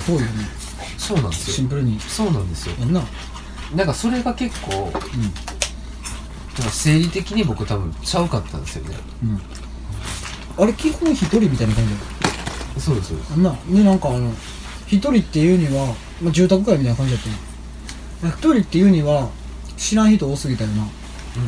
ぽいよね。 そうなんですよ。 シンプルにそうなんですよ。 やんな。 なんかそれが結構、なんか生理的に僕多分ちゃうかったんですよね。 あれ基本一人みたいな感じだよ。 そうですあんなでなんか一人っていうには、まあ、住宅街みたいな感じだったの。一人っていうには知らん人多すぎたよな。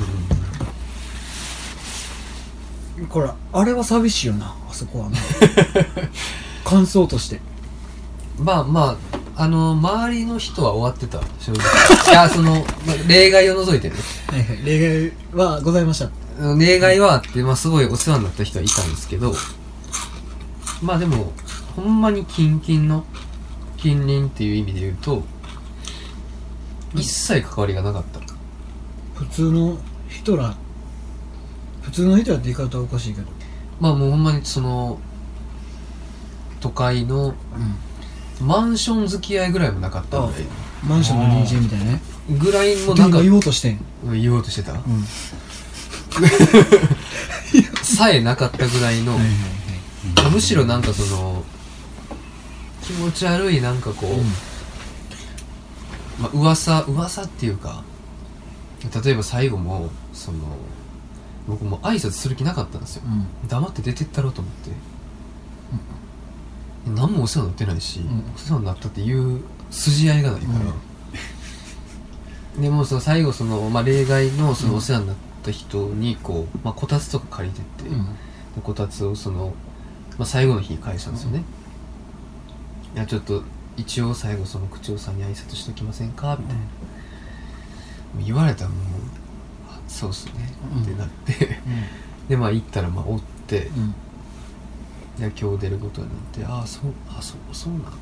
これあれは寂しいよな、あそこはな。感想として。 まあまあ周りの人は終わってた正直。いや例外を除いてね。 はいはい、例外はございました。 例外はあって、まあすごいお世話になった人はいたんですけど、まあでもほんまに近隣っていう意味で言うと、一切関わりがなかった。 普通の人らって言い方はおかしいけど、 まあもうほんまに都会のマンション付き合いぐらいもなかったぐらい、 マンションの DJ みたいなねぐらいもなんか言おうとしてん。 言おうとしてた、さえなかったぐらいの、むしろなんか気持ち悪いなんかこう、まあ、噂っていうか、例えば最後も僕も挨拶する気なかったんですよ、黙って出てったろうと思って、何もお世話になってないし、お世話になったっていう筋合いがないから、でも最後まあ、例外のお世話になった人にこう、まあ、こたつとか借りてって、でこたつをまあ、最後の日返したんですよね、いやちょっと一応最後区長さんに挨拶しときませんかみたいな、言われたらもうそうっすね、ってなって、でまあ行ったらまあおって、いや今日出ることになって、そうなのって、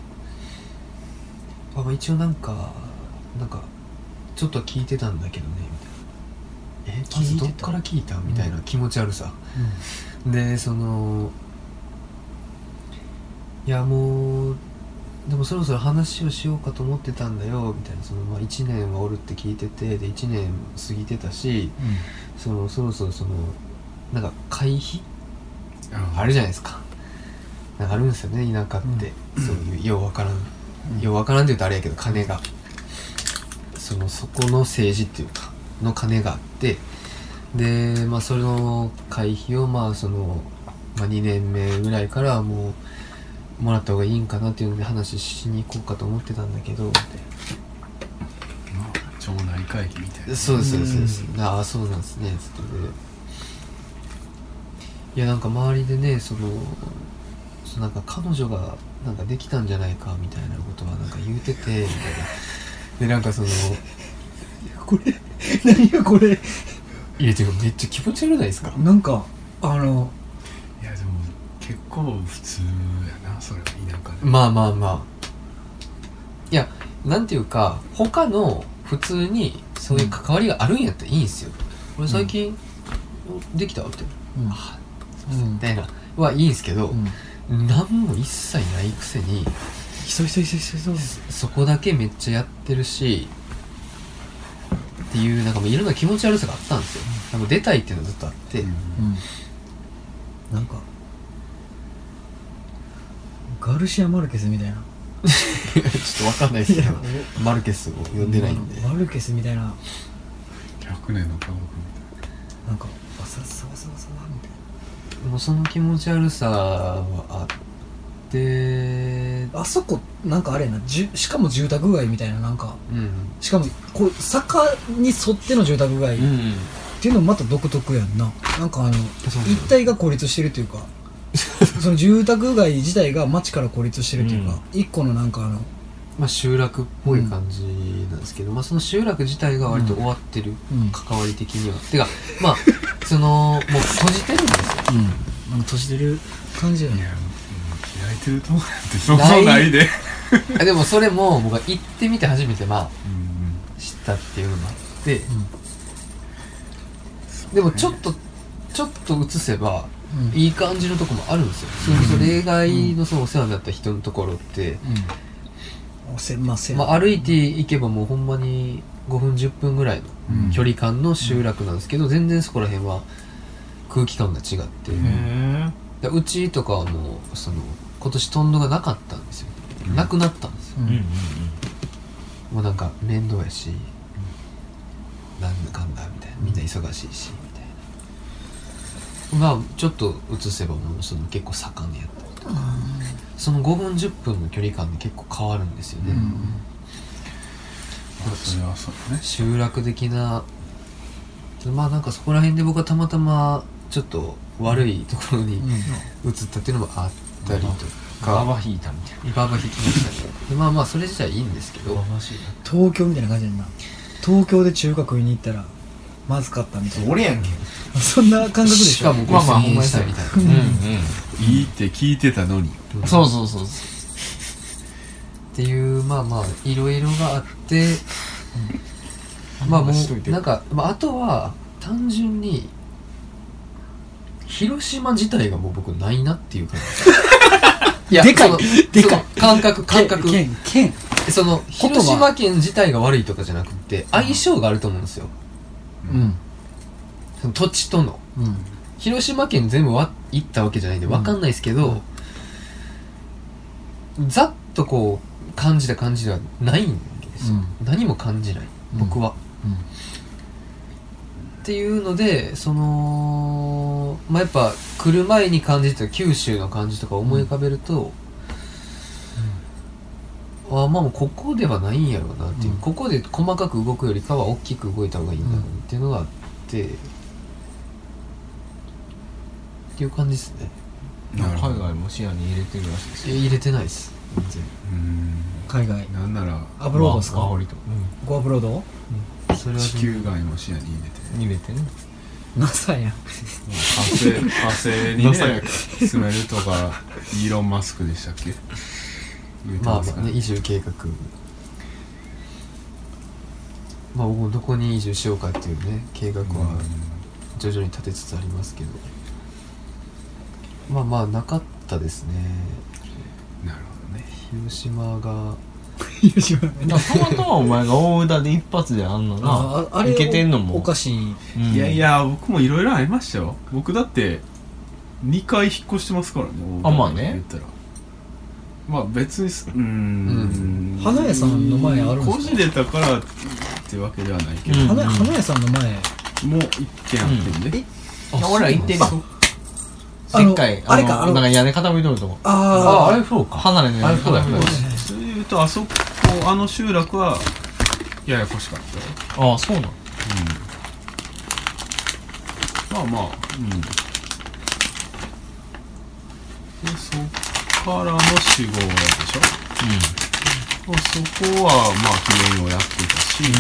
まあ、一応なんかちょっと聞いてたんだけどねみたいな、まずどっから聞いたみたいな気持ち悪さ、でいやもうでもそろそろ話をしようかと思ってたんだよみたいな、まあ、1年はおるって聞いてて、で1年過ぎてたし、そろそろなんか会費あるじゃないですか、なんかあるんですよね田舎って、そういうようわからんって言うとあれやけど、金がそこの政治っていうかの金があって、でまあその会費をまあまあ、2年目ぐらいからもらった方がいいんかなっていうので話しに行こうかと思ってたんだけど、 町内会議みたいな。 そうですそうですああそうなんですねつって、いやなんか周りでねなんか彼女がなんかできたんじゃないかみたいなことはなんか言うててみたいな、でなんかこれ何がこれ入れてるめっちゃ気持ち悪ないですか？ なんかいやでも結構普通やな、それは田舎で。 まあまあまあ、いやなんていうか他の普通にそういう関わりがあるんやったらいいんですよ、俺最近できたわってみたいなはいいんですけど、何も一切ないくせにそこだけめっちゃやってるしっていう、なんかもういろんな気持ち悪さがあったんですよ、なんか出たいっていうのがずっとあって、 なんかガルシア・マルケスみたいなちょっとわかんないですけどマルケスを呼んでないんで、 マルケスみたいな、 100年の家族みたいな、 なんかサワサワみたいな、 もうその気持ち悪さはあって、 あそこなんかあれやな、しかも住宅街みたいな、なんか、しかもこう坂に沿っての住宅街っていうのもまた独特やんな、なんか一帯が孤立してるというかその住宅街自体が町から孤立してるというか、一個のなんかまあ集落っぽい感じなんですけど、まあその集落自体が割と終わってる、関わり的にはてかまあもう閉じてるんですよ、 閉じてる感じやね。 開いてるとこなんてそうないででもそれも僕は行ってみて初めてまあ知ったっていうのもあって、でもちょっと移せばいい感じのとこもあるんですよ、そ例外のお世話になった人のところって、まあ、歩いて行けばもうほんまに5分10分ぐらいの距離感の集落なんですけど、全然そこら辺は空気感が違って、うちとかはもう今年トンドがなかったんですよ、 なくなったんですよ、もうなんか面倒やし、なんだかんだみたいな、みんな忙しいしみたいな、まあちょっと移せばもうその結構盛んにやったりとか、その5分10分の距離感で結構変わるんですよね、 それはそうね。 集落的な、まあなんかそこら辺で僕はたまたまちょっと悪いところに移ったっていうのもあったりとか、 ババ引いたみたいババ引きましたね。でまあまあそれ自体いいんですけど、 な。ババしい東京みたいな感じやんな。東京で中華食いに行ったらまずかったみたいな。 俺やんけ。 そんな感覚でしょ。 しかも5000円したみたいな、 いいって聞いてたのに。 そうそうそう。 っていうまあまあいろいろがあって、まあもうなんか、まあ、あとは単純に広島自体がもう僕ないなっていう感じ。いやでかいそのでかいその感覚県その広島県自体が悪いとかじゃなくて相性があると思うんですよ、その土地との。広島県全部行ったわけじゃないんで分かんないですけど、ざっとこう感じた感じではないんですよ、何も感じない僕は、っていうのでそのまあやっぱ来る前に感じてた九州の感じとか思い浮かべると、まあもうここではないんやろうなっていう、ここで細かく動くよりかは大きく動いた方がいいんだなっていうのがあって、っていう感じですね。 なるほど。 海外も視野に入れてるらしいですよ。 入れてないです全海外なんならアップロードですか。 ワーホリとかごアップロード然それは地球外も視野に入れて、 入れてね。 NASA やん。 火星にね住めるとか、イーロン・マスクでしたっけ、言うてまあますからまあね移住計画、まあ僕もどこに移住しようかっていうね計画は徐々に立てつつありますけど、まあまあなかったですね。 なるほどね。 広島が広島だからたまたまお前が大宇田で一発であんのな、 あれいけてんのもおかしい。 いやいや、僕もいろいろありましたよ。僕だって2回引っ越してますからね。 あまあね言ったらまあ別に花屋さんの前あるんですか。 こじれたからってわけではないけど、 うん花屋さんの前もう一軒あってんで、 俺ら行ってるよ。 あのでっかいあれかなんか屋根傾いとるとこ。 あれそうか離れの屋根傾いとる。 それで言うとあそこ集落はややこしかったよ。 ああそうなの。 まあまあ、でそっからの4、5でしょ。そこはまあ記念をやってたし、で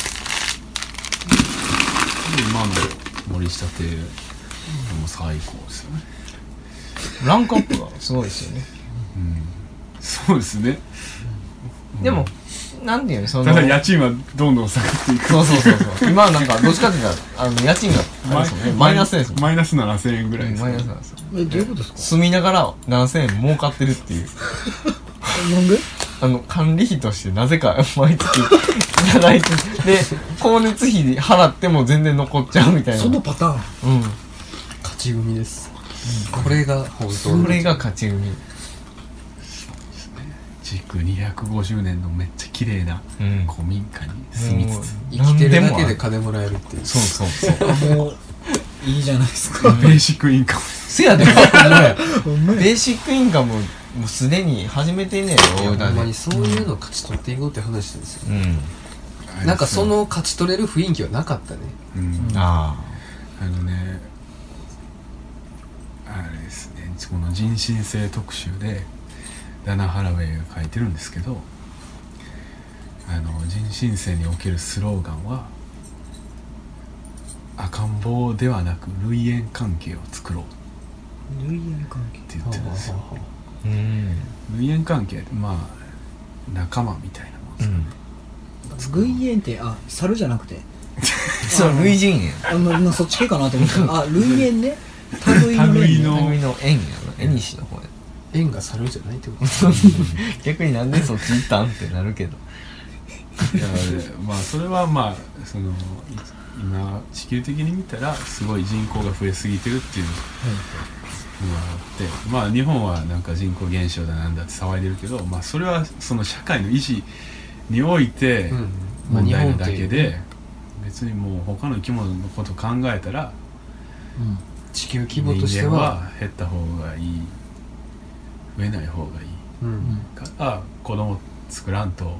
今の森下邸も最高ですよね。 ランクアップがすごいですよね。 そうですね。 でもなんていうのそのただ家賃はどんどん下がっていく。 そう今はなんかどっちかっていうと家賃があれですもんね、マイナスですもん。 マイナス7000円ぐらいです、 マイナスなんですよ。 どういうことですか。 住みながら7000円儲かってるっていうなんで。 管理費としてなぜか毎月いただいて、で光熱費払っても全然残っちゃうみたいな。 そのパターン。 勝ち組です、これが本当のこれが勝ち組。 築250年のめっちゃ綺麗な古民家に住みつつ、 生きてるだけで金もらえるっていう。 そうもういいじゃないですか。 ベーシックインカム。 せやで、 ほんまやベーシックインカムもうすでに始めてんねやろ、 ほんまにそういうのを勝ち取っていこうって話なんですよ、 うん。 なんかその勝ち取れる雰囲気はなかったね。 あね、あれですね、この人身性特集でダナ・ハラウェイが書いてるんですけど、人身性におけるスローガンは赤ん坊ではなく類縁関係を作ろう類縁関係って言ってるんですよ。 あ。 類縁関係ってまあ仲間みたいなもんですかね。 類縁って猿じゃなくてそう、類人縁。 そっち系かなと思った類縁ね。類の類の縁やな。縁西の方や。 縁が猿じゃないってこと逆になんでそっち行ったんってなるけど。 いやまあそれはまあ今地球的に見たらすごい人口が増えすぎてるっていうってまあ日本はなんか人口減少だなんだって騒いでるけど、まあそれはその社会の維持において問題なだけで、別にもう他の生き物のことを考えたら、 地球規模としては人間は減った方がいい、増えない方がいいから子供作らんと、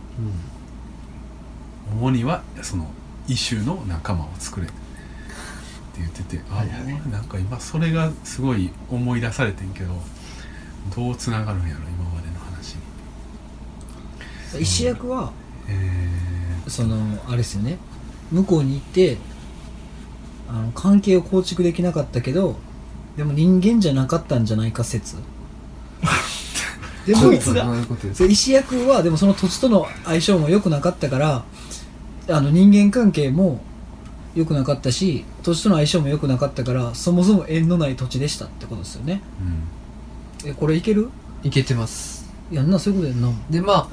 主にはその異種の仲間を作れって言ってて、なんか今それがすごい思い出されてんけど、どうつながるんやろ今までの話に。 石役は、そのあれですよね、向こうに行って関係を構築できなかったけど、でも人間じゃなかったんじゃないか説でも石役はでもその土地との相性も良くなかったから、人間関係も良くなかったし、土地との相性も良くなかったから、そもそも縁のない土地でしたってことですよね。これいける？ いけてます。 やんな、そういうことやんな。 でま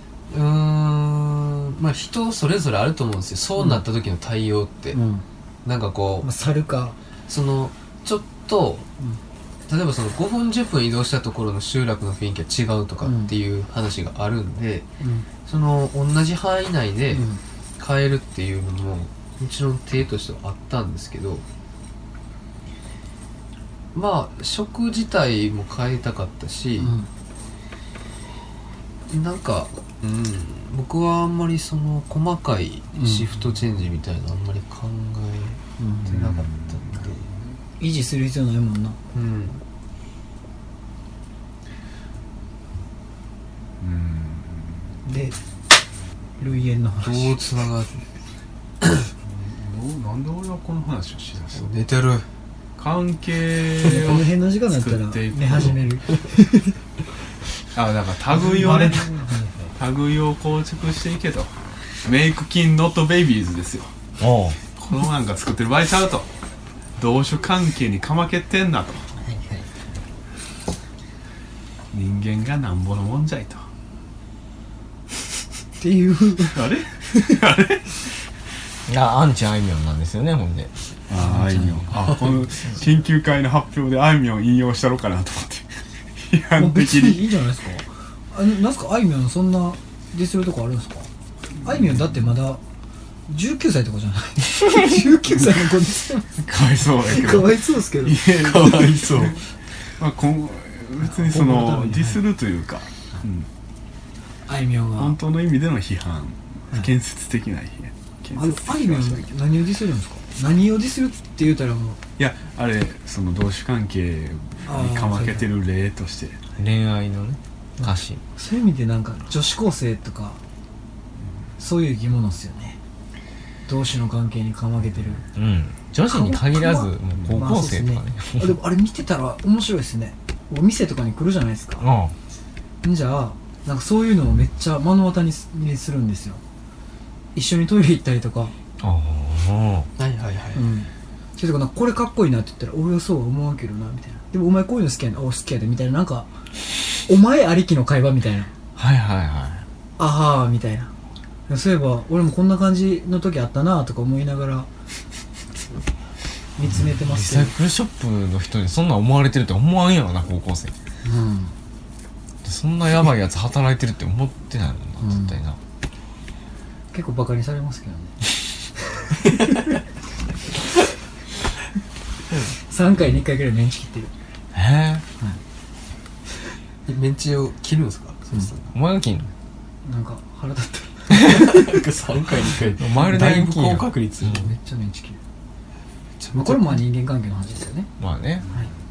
あ人それぞれあると思うんですよ、そうなった時の対応って、なんかこう、 猿かそのちょっと、例えばその5分10分移動したところの集落の雰囲気が違うとかっていう話があるんで、その同じ範囲内で変えるっていうのももちろん手としてはあったんですけど、まあ食自体も変えたかったし、なんか、僕はあんまりその細かいシフトチェンジみたいなあんまり考えてなかったんで、 維持する必要ないもんな。で類縁の話どうつながるなんで俺はこの話をしだすの？ 寝てる関係をこの辺の時間だったら寝始めるだから類を構築していけと。メイクキンノットベイビーズですよ。このなんか作ってる場合ちゃうと。同種関係にかまけてんなと。人間がなんぼのもんじゃいと。 っていうあれアンチあいみょんなんですよね、ほんで。 あいみょん。この研究会の発表であいみょん引用したろかなと思って。批判的に。 いいんじゃないですか。なんすか、あいみょんそんなディスるとこあるんですか。あいみょんだってまだ19歳とかじゃない19歳の子ですよ。 かわいそうやけど。 かわいそうですけど。 かわいそう。別にそのディスるというか、 あいみょんが本当の意味での批判、建設的な批判。 あいみょん何をディスるんですか。何をディスるって言うたらもう、 いやあれその同種関係にかまけてる例として恋愛のね歌詞、 そういう意味でなんか女子高生とかそういう生き物っすよね。同種の関係にかまけてる、 女子に限らずもう高校生とかね、 でもあれ見てたら面白いですね。お店とかに来るじゃないですか。じゃあなんかそういうのをめっちゃ目の当たりにするんですよ。一緒にトイレ行ったりとか、それとかなんかこれかっこいいなって言ったら俺はそうは思うけどなみたいな、でもお前こういうの好きやな、好きやでみたいな、なんかお前ありきの会話みたいな、あはーみたいな、そういえば俺もこんな感じの時あったなとか思いながら見つめてますけど、 リサイクルショップの人にそんな思われてるって思わんやろな、高校生。そんなヤバいやつ働いてるって思ってないもんな、絶対な。 結構バカにされますけどね3回に1回ぐらいメンチ切ってる。 メンチを切るんですか。 お前が切んの。 なんか腹立ってるなんか3回2回お前だいぶ高確率、 めっちゃメンチ切る。これもまあ人間関係の話ですよね。 まあね、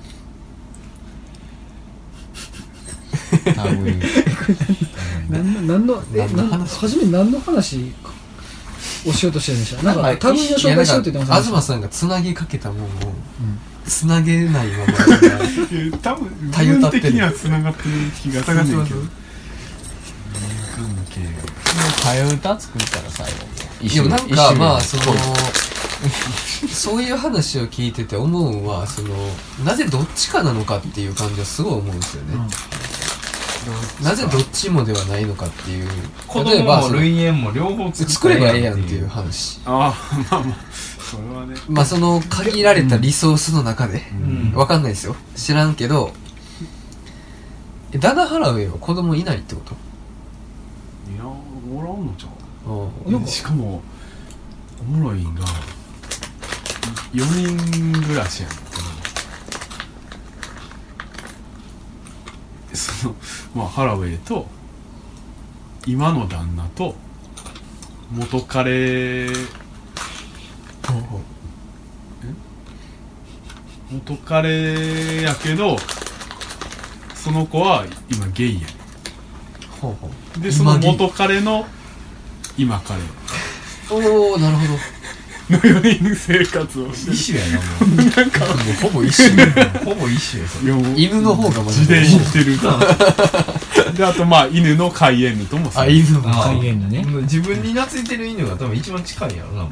初め何の話をしようとしてるんでした。なんか類の紹介しようって言ってます。 東さんがつなぎかけたもんをつなげないまま多分部分的にはつながってる気がするんだけど、 替え歌作ったら最後。 でもなんかまあそういう話を聞いてて思うのは、そのなぜどっちかなのかっていう感じはすごい思うんですよね。なぜどっちもではないのかっていう。 子供も類縁も両方作ればええやんっていう話。 まあそれはね、 まあその限られたリソースの中で、わかんないですよ、知らんけど、ダナ・ハラウェイは子供いないってこと？ いやおらんのちゃなんかしかもおもろいんが4人暮らしやんけど、そのまあハラウェイと今の旦那と元彼元彼やけどその子は今ゲイやねほうほんでその元彼の今彼おお、なるほど。 の4人生活をしてる一種やなもうなんかもうほぼ一緒ほぼ一種やそれいやもう犬の方がまだ自伝言ってるであとまあ犬のカイエンヌともあ、犬も再現のね。 自分に懐いてる犬が多分一番近いやろなもう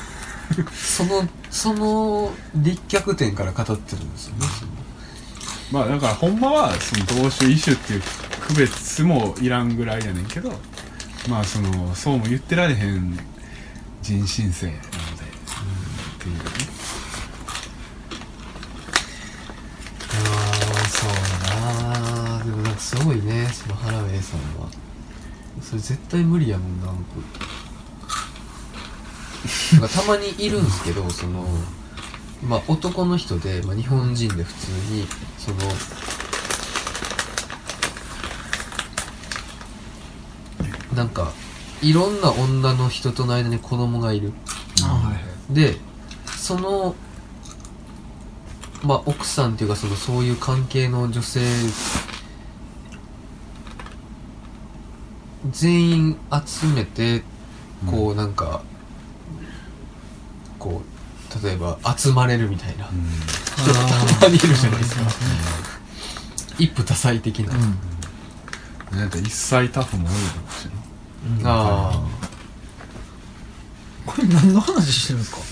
その立脚点から語ってるんですよね。 まあだからほんまはその同種異種っていう区別もいらんぐらいやねんけど、まあそのそうも言ってられへん人新世なので、っていうね。 そうだな。でもなんかすごいね、そのハラウェイさんは。それ絶対無理やもんな、僕。なんかたまにいるんですけど、そのまあ男の人で、まあ、日本人で普通にそのなんかいろんな女の人との間に子供がいる。でそのまあ奥さんっていうかそういう関係の女性全員集めてこうなんかこう例えば集まれるみたいな人がたまにいるじゃないですか。一夫多妻的な。 なんか一切タフも多いかもしれない。 ああ。 これ何の話してるんですか？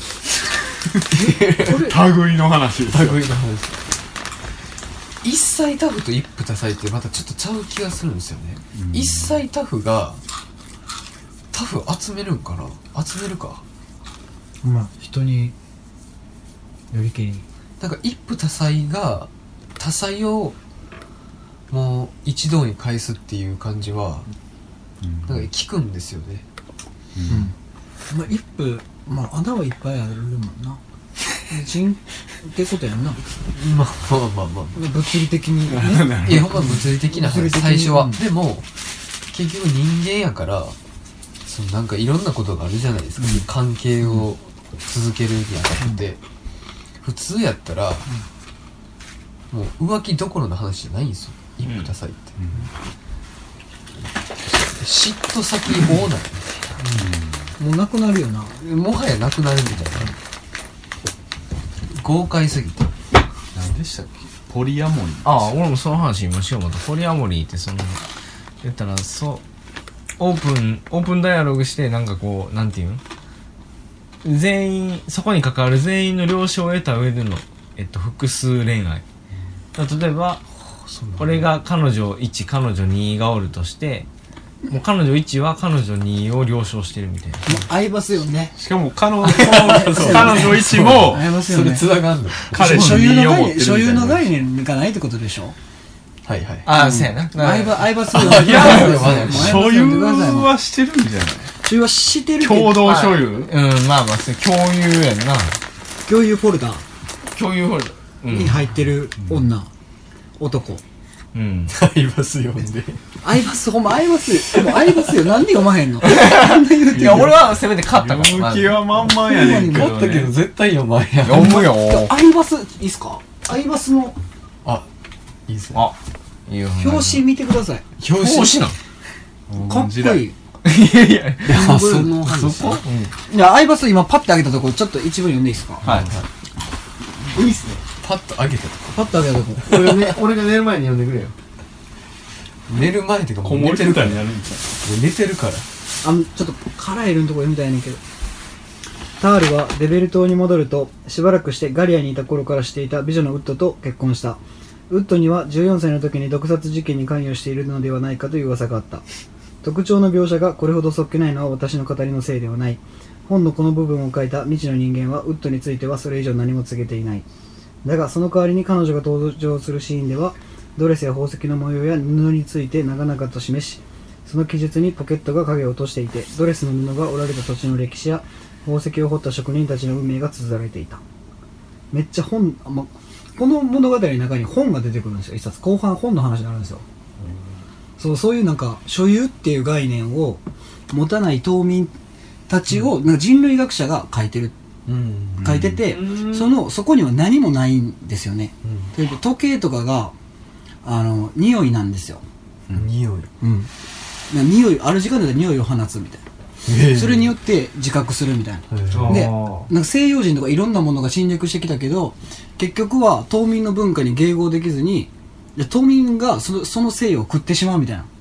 類の話ですよ。 類の話。一妻タフと一夫多妻ってまたちょっとちゃう気がするんですよね。一妻タフがタフ集めるんかな？集めるか。 まあ人によりけりなんか一夫多妻が多妻をもう一堂に返すっていう感じはなんか聞くんですよね。 まあ一夫まあ穴はいっぱいあるもんな。人ってことやんな。 まあ物理的にね。 いやほんま物理的な話最初は。でも結局人間やからそのなんかいろんなことがあるじゃないですか。関係を続けるにあたって普通やったらもう浮気どころの話じゃないんですよ。一夫多妻って。嫉妬先多ないもうなくなるよな。 もはやなくなるみたいな。豪快すぎて。 何でしたっけ？ポリアモリー。 ああ俺もその話今しようと思った。ポリアモリーってその言ったらオープンダイアログしてなんかこうなんていうん全員そこに関わる全員の了承を得た上での複数恋愛。例えば俺が彼女1彼女2がおるとしてもう彼女1は彼女2を了承してるみたいな。 もう合いますよね。 しかも彼女1も合いますよね。 それつながんの。 彼氏2を持ってるみたいな。 所有の概念がないってことでしょ。 はいはい。 ああそうやな。 合いますよ。 いや所有ははしてるんじゃない？ 所有はしてるけど。 共同所有？ まあそれ共有やんな。 共有フォルダ共有フォルダに入ってる女、男。 合いますよね。 合いますほんま合いますよ。合いますよ。なんで読まへんの？なんで言うてんの？ いや俺はせめて勝ったから。 読む気は満々やねんけど持ったけどね。 絶対読まんやん。 読むよ。 合いますいいっすか？合いますのあ、いいっすね。 あいいよ。 表紙見てください。 表紙なんかっこいい。 いやいやあそこ？いや、アイバス今パッて上げたところちょっと一文読んでいいですか？ はいいいっすね。 パッと上げたとパッと上げたところ。俺が寝る前に読んでくれよ。 寝る前っていうかもこもりう寝てるから。 になるんちゃ寝てるから。 ちょっとカラエルのところ読みたいねんけど。タールはデベル島に戻るとしばらくしてガリアにいた頃からしていた美女のウッドと結婚した。ウッドには14歳の時に毒殺事件に関与しているのではないかという噂があった。 特徴の描写がこれほどそっけないのは私の語りのせいではない。本のこの部分を書いた未知の人間はウッドについてはそれ以上何も告げていない。だがその代わりに彼女が登場するシーンではドレスや宝石の模様や布について長々と示し、その記述にポケットが影を落としていて、ドレスの布が織られた土地の歴史や宝石を彫った職人たちの運命が綴られていた。めっちゃこの物語の中に本が出てくるんですよ。一冊後半本の話になるんですよ。そういうなんか所有っていう概念を持たない島民たちをなんか人類学者が書いてて、そこには何もないんですよね。時計とかが匂いなんですよ。 匂い、 匂いある時間で匂いを放つみたいな、それによって自覚するみたいな、でなんか西洋人とかいろんなものが侵略してきたけど結局は島民の文化に迎合できずに島民がその西洋を食ってしまうみたいな、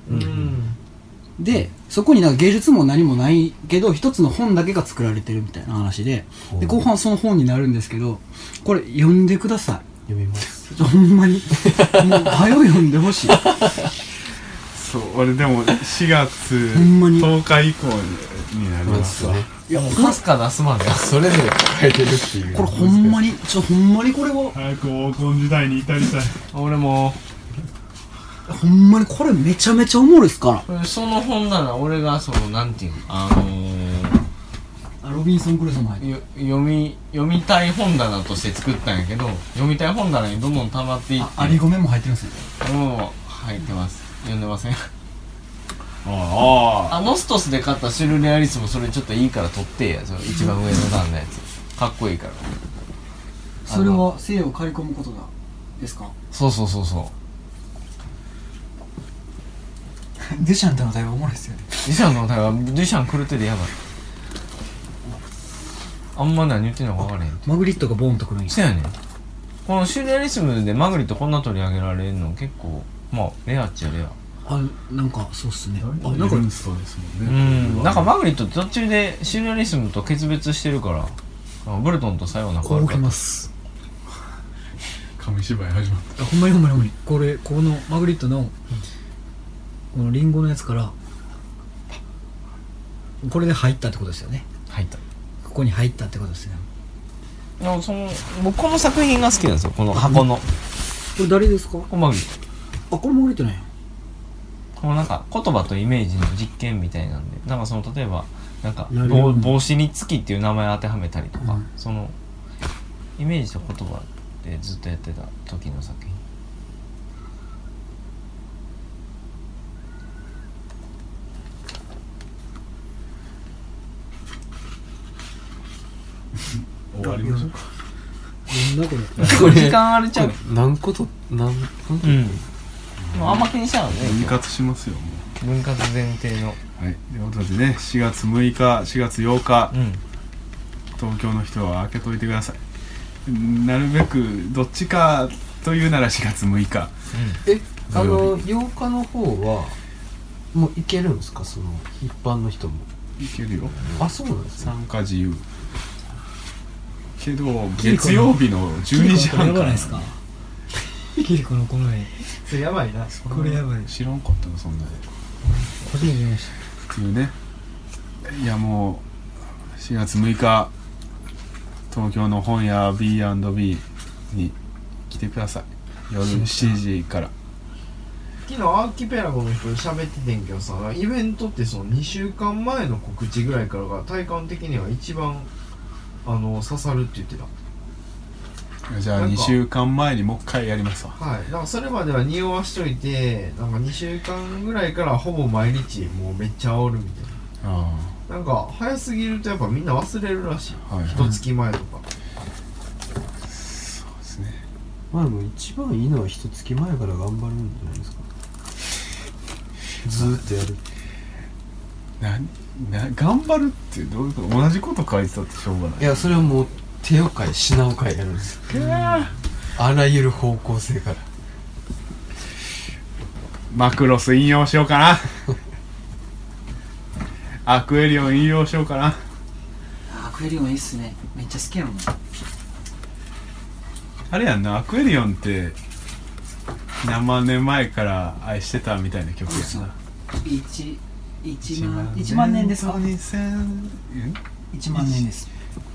でそこになんか芸術も何もないけど一つの本だけが作られてるみたいな話で、後半その本になるんですけど、これ読んでください。 読みます。 ほんまにもう早く読んでほしい。 そう俺でも4月10日以降になりますわ。 いやかすか出すまでそれぞれ抱えてるっていう。 これほんまにほんまにこれを早く黄金時代に至りたい。 俺もほんまにこれめちゃめちゃおもろいっすから。 その本なら俺がなんていうロビンソン・クルーソーも入って読みたい本棚として作ったんやけど、読みたい本棚にどんどん溜まっていって、 アリゴメも入ってるんですよ。 もう入ってます。読んでません。 あノストスで買ったシュルレアリスもそれちょっといいから取ってや、その一番上の段のやつかっこいいから。 それは西洋を刈り込むことだですか？ そうデュシャンとの対話おもろいですよね。 デュシャンの対話、デュシャン狂っててやばい。あんま何言ってんのか分からへん。 マグリットがボーンとくるんや。 そうやねん。このシュルレアリスムでマグリットこんな取り上げられるの結構まあレアっちゃレア。 なんかそうっすね。 なんかルンストですもんね。 なんかマグリット途中でシュルレアリスムと決別してるから、ブルトンとさようなこうきます。 紙芝居始まった。 ほんまにこのマグリットのこのリンゴのやつからこれで入ったってことですよね。 入った。 ここに入ったってことですね。 僕この作品が好きなんですよ。この箱の。 これ誰ですか？ これマグリット。 これマグリットなんや。 このなんか言葉とイメージの実験みたいなんで、なんか例えばなんか帽子に月っていう名前を当てはめたりとか、そのイメージと言葉でずっとやってた時の作品。 終わりましょうか。 なんだこれ時間あれちゃう。 何こともうあんま気にしちゃうね。 分割しますよもう。 分割前提の。 はい。ということでね、4月6日、4月8日、東京の人は開けといてください。なるべくどっちかというなら4月6日。 8日の方はもう行けるんですか？その一般の人も行けるよ。 あ、そうなんですね。 参加自由。けど月曜日の12時半から。 キリコのこの絵それやばいな。 これやばい。 知らんかったのそんなで。 初めて見ましっていうね。いやもう4月6日東京の本屋 B&B に来てください。夜7時から。 昨日アーキペラゴの人喋っててんけどさ、イベントってその2週間前の告知ぐらいからが体感的には一番刺さるって言ってた。 じゃあ2週間前にもう一回やりますわ。 はい。だからそれまでは匂わしといて、なんか2週間ぐらいからほぼ毎日もうめっちゃ煽るみたいな。なんか早すぎるとやっぱみんな忘れるらしい。1月前とか。 そうですね。 まあでも一番いいのは1月前から頑張るんじゃないですか。ずーっとやる。 頑張るってどういうこと？同じこと書いてたってしょうがない。 いや、それはもう手を変え品を変えやるんですよ。あらゆる方向性から。 マクロス引用しようかな。アクエリオン引用しようかな。 アクエリオンいいっすね。めっちゃ好きやもん。 あれやんな、アクエリオンって何万年前から愛してたみたいな曲やんな。 1万年ですか？1万年です。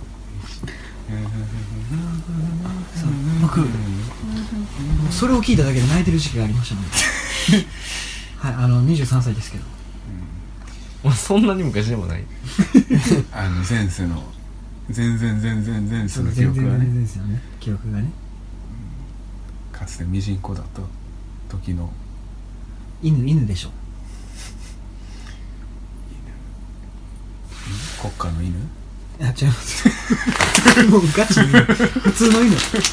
僕それを聞いただけで泣いてる時期がありましたね。はい、23歳ですけど、 もうそんなに昔でもない。 前世の全然その記憶がね、 記憶がね、 かつてミジンコだった時の犬でしょ。 国家の犬？ いや違います。もうガチ犬、普通の犬。 ロックね。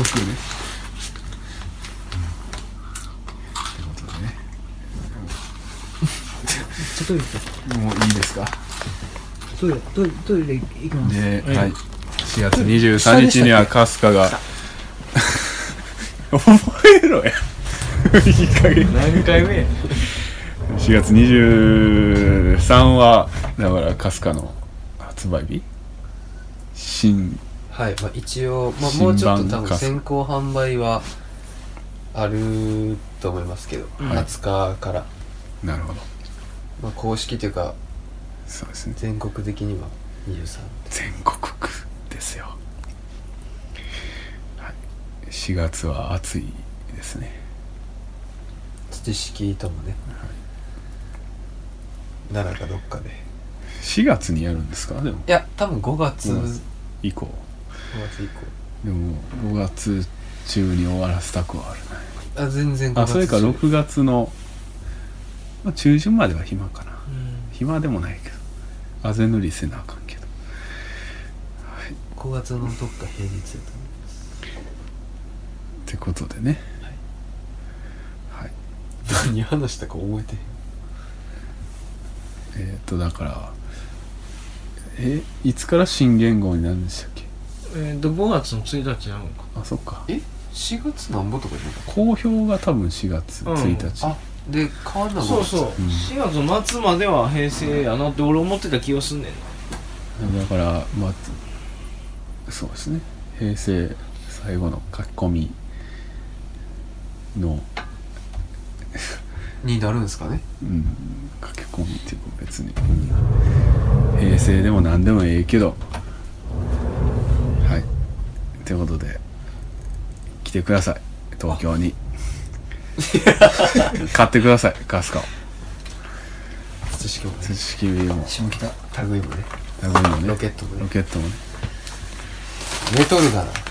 ってことでね。 ちょっとトイレ行ってもういいですか？ トイレ行きます。 で、はい。4月23日には春日が覚えろや。いい加減。 何回目 4月23はだから春日の発売日？ はい、まあ、一応、まあ、もうちょっと多分先行販売はあると思いますけど、20日から。 なるほど。 まあ、公式というか、 そうですね。 全国的には23。 全国区ですよ。はい。4月は暑いですね。 土式ともね、奈良かどっかで。 4月にやるんですか？でもいや、多分5月以降。 5月以降。 でも5月中に終わらせたくはあるね。 全然5月中。 それか6月の、まあ、中旬までは暇かな。暇でもないけど、あぜ塗りせなあかんけど、はい、 5月のどっか平日だと思います。 ってことでね、はい、 何話したか覚えてへん。だからいつから新元号になるんでしたっけ ？5月の1日なのか。 あ、そっか。 4月なんぼとかじゃなかった？ 公表が多分4月1日、 で変わんなそうそう、4月末までは平成やなって俺思ってた気がすんねんだからまあそうですね、平成最後の書き込みのになるんですかね。 書き込みっていうか別に平成でも何でもええけど、はいってことで来てください、東京に。買ってください、カスカを。 土式もね、 土式も下北類もね、 ロロケットもね、 ロケットもね。 寝とるから